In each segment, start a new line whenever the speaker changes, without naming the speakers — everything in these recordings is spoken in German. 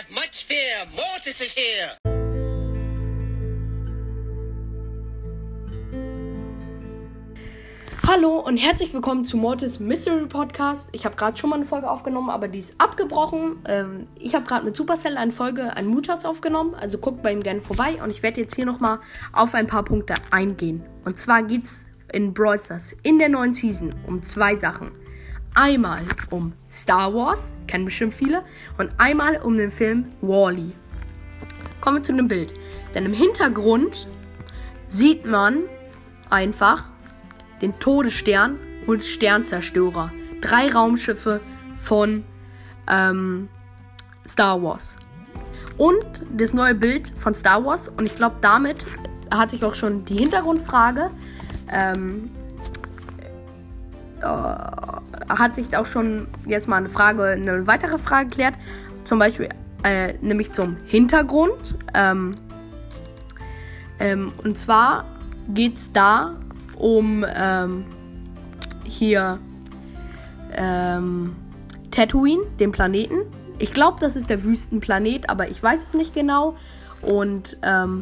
much fear. Mortis is here.
Hallo und herzlich willkommen zu Mortis Mystery Podcast. Ich habe gerade schon mal eine Folge aufgenommen, aber die ist abgebrochen. Ich habe gerade mit Supercell eine Folge an Mutas aufgenommen, also guckt bei ihm gerne vorbei. Und ich werde jetzt hier nochmal auf ein paar Punkte eingehen. Und zwar geht es in Brawl Stars in der neuen Season um zwei Sachen. Einmal um Star Wars, kennen bestimmt viele, und einmal um den Film Wall-E. Kommen wir zu dem Bild. Denn im Hintergrund sieht man einfach den Todesstern und Sternzerstörer. 3 Raumschiffe von Star Wars. Und das neue Bild von Star Wars. Und ich glaube, damit hat sich auch schon die Hintergrundfrage hat sich auch schon jetzt mal eine weitere Frage geklärt. Zum Beispiel, nämlich zum Hintergrund. Und zwar geht es da um Tatooine, den Planeten. Ich glaube, das ist der Wüstenplanet, aber ich weiß es nicht genau. Und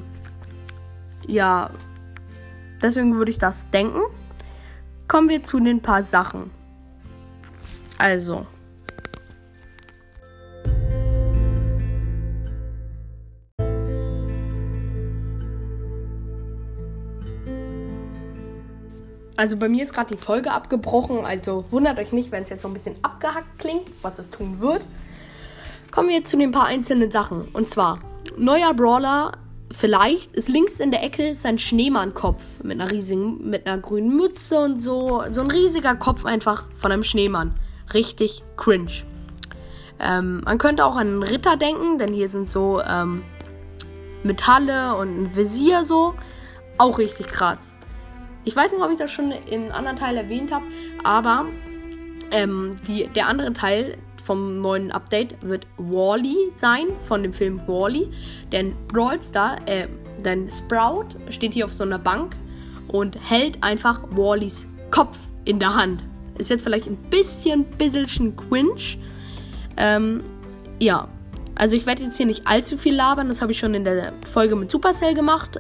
ja, deswegen würde ich das denken. Kommen wir zu den paar Sachen. Also, bei mir ist gerade die Folge abgebrochen, also wundert euch nicht, wenn es jetzt so ein bisschen abgehackt klingt, was es tun wird. Kommen wir zu den paar einzelnen Sachen. Und zwar, neuer Brawler, vielleicht, ist links in der Ecke ein Schneemann-Kopf mit einer grünen Mütze und so. So ein riesiger Kopf einfach von einem Schneemann. Richtig cringe. Man könnte auch an einen Ritter denken, denn hier sind so Metalle und ein Visier so. Auch richtig krass. Ich weiß nicht, ob ich das schon im anderen Teil erwähnt habe, aber der andere Teil vom neuen Update wird Wall-E sein, von dem Film Wall-E. Denn denn Sprout steht hier auf so einer Bank und hält einfach Wall-E's Kopf in der Hand. Ist jetzt vielleicht ein bisschen cringe. Ja, also ich werde jetzt hier nicht allzu viel labern, das habe ich schon in der Folge mit Supercell gemacht.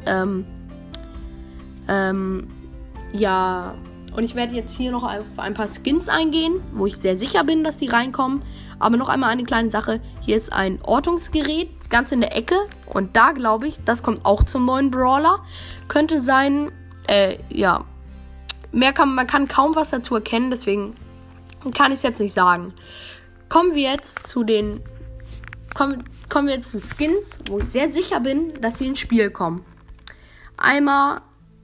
Ja, und ich werde jetzt hier noch auf ein paar Skins eingehen, wo ich sehr sicher bin, dass die reinkommen. Aber noch einmal eine kleine Sache. Hier ist ein Ortungsgerät, ganz in der Ecke. Und da glaube ich, das kommt auch zum neuen Brawler. Könnte sein, ja, man kann kaum was dazu erkennen, deswegen kann ich es jetzt nicht sagen. Kommen wir jetzt zu Skins, wo ich sehr sicher bin, dass sie ins Spiel kommen. Einmal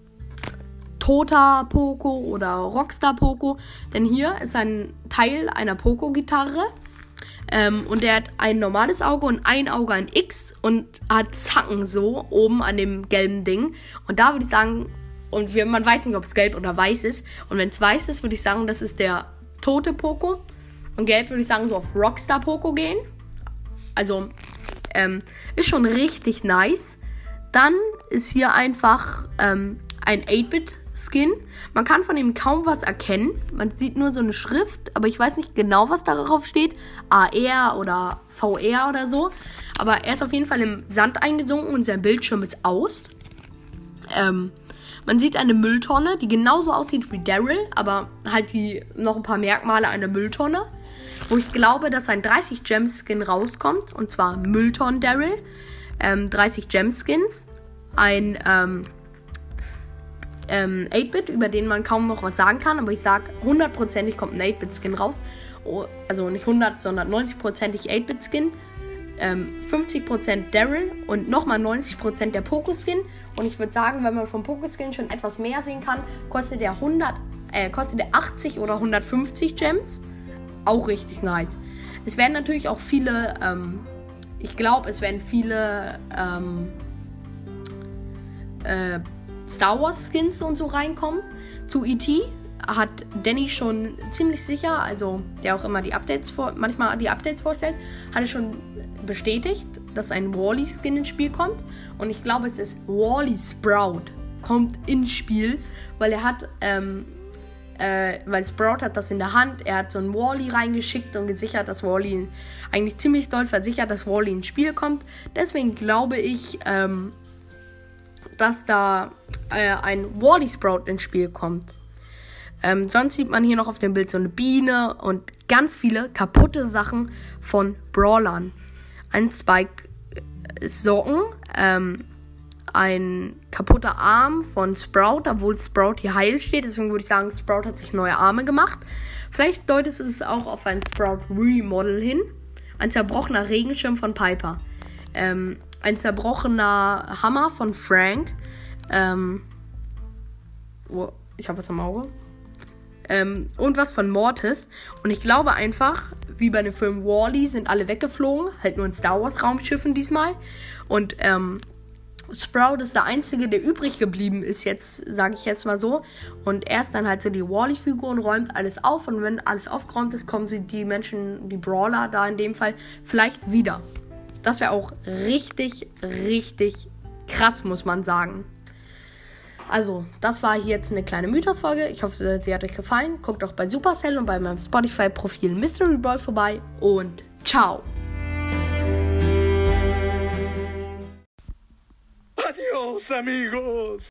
Toter Poco oder Rockstar Poco, denn hier ist ein Teil einer Poco-Gitarre und der hat ein normales Auge und ein Auge ein X und hat Zacken so oben an dem gelben Ding. Und da würde ich sagen, man weiß nicht, ob es gelb oder weiß ist, und wenn es weiß ist, würde ich sagen, das ist der tote Poco, und gelb würde ich sagen, so auf Rockstar Poco gehen. Also ist schon richtig nice. Dann ist hier einfach ein 8-Bit-Skin. Man kann von ihm kaum was erkennen. Man sieht nur so eine Schrift, aber ich weiß nicht genau, was darauf steht. AR oder VR oder so. Aber er ist auf jeden Fall im Sand eingesunken und sein Bildschirm ist aus. Man sieht eine Mülltonne, die genauso aussieht wie Daryl, aber halt noch ein paar Merkmale einer Mülltonne. Wo ich glaube, dass ein 30 Gem-Skin rauskommt. Und zwar Mülltonnen Daryl. 30 Gem-Skins. Ein 8-Bit, über den man kaum noch was sagen kann. Aber ich sage, 100%ig kommt ein 8-Bit-Skin raus. Also nicht 100, sondern 90%ig 8-Bit-Skin. 50% Daryl und nochmal 90% der Poco-Skin. Und ich würde sagen, wenn man vom Poco-Skin schon etwas mehr sehen kann, kostet der 80 oder 150 Gems. Auch richtig nice. Es werden natürlich auch viele, Star Wars Skins und so reinkommen. Zu E.T. hat Danny schon ziemlich sicher, also der auch immer manchmal die Updates vorstellt, hat er schon bestätigt, dass ein Wall-E Skin ins Spiel kommt. Und ich glaube, es ist Wall-E Sprout kommt ins Spiel, weil er hat weil Sprout hat das in der Hand. Er hat so einen Wall-E reingeschickt und gesichert, dass Wall-E eigentlich ziemlich doll versichert, dass Wall-E ins Spiel kommt. Deswegen glaube ich, dass da ein Wall-E Sprout ins Spiel kommt. Sonst sieht man hier noch auf dem Bild so eine Biene und ganz viele kaputte Sachen von Brawlern. Ein Spike Socken, ein kaputter Arm von Sprout, obwohl Sprout hier heil steht. Deswegen würde ich sagen, Sprout hat sich neue Arme gemacht. Vielleicht deutet es auch auf ein Sprout Remodel hin. Ein zerbrochener Regenschirm von Piper. Ein zerbrochener Hammer von Frank. Ich habe was am Auge. Und was von Mortis. Und ich glaube einfach, wie bei dem Film Wall-E sind alle weggeflogen. Halt nur in Star Wars Raumschiffen diesmal. Und Sprout ist der Einzige, der übrig geblieben ist jetzt, sage ich jetzt mal so. Und er ist dann halt so die Wall-E-Figur und räumt alles auf. Und wenn alles aufgeräumt ist, kommen sie die Menschen, die Brawler da in dem Fall, vielleicht wieder. Das wäre auch richtig, richtig krass, muss man sagen. Also, das war jetzt eine kleine Mythos-Folge. Ich hoffe, sie hat euch gefallen. Guckt auch bei Supercell und bei meinem Spotify-Profil Mystery Brawl vorbei. Und ciao!
Adiós, amigos.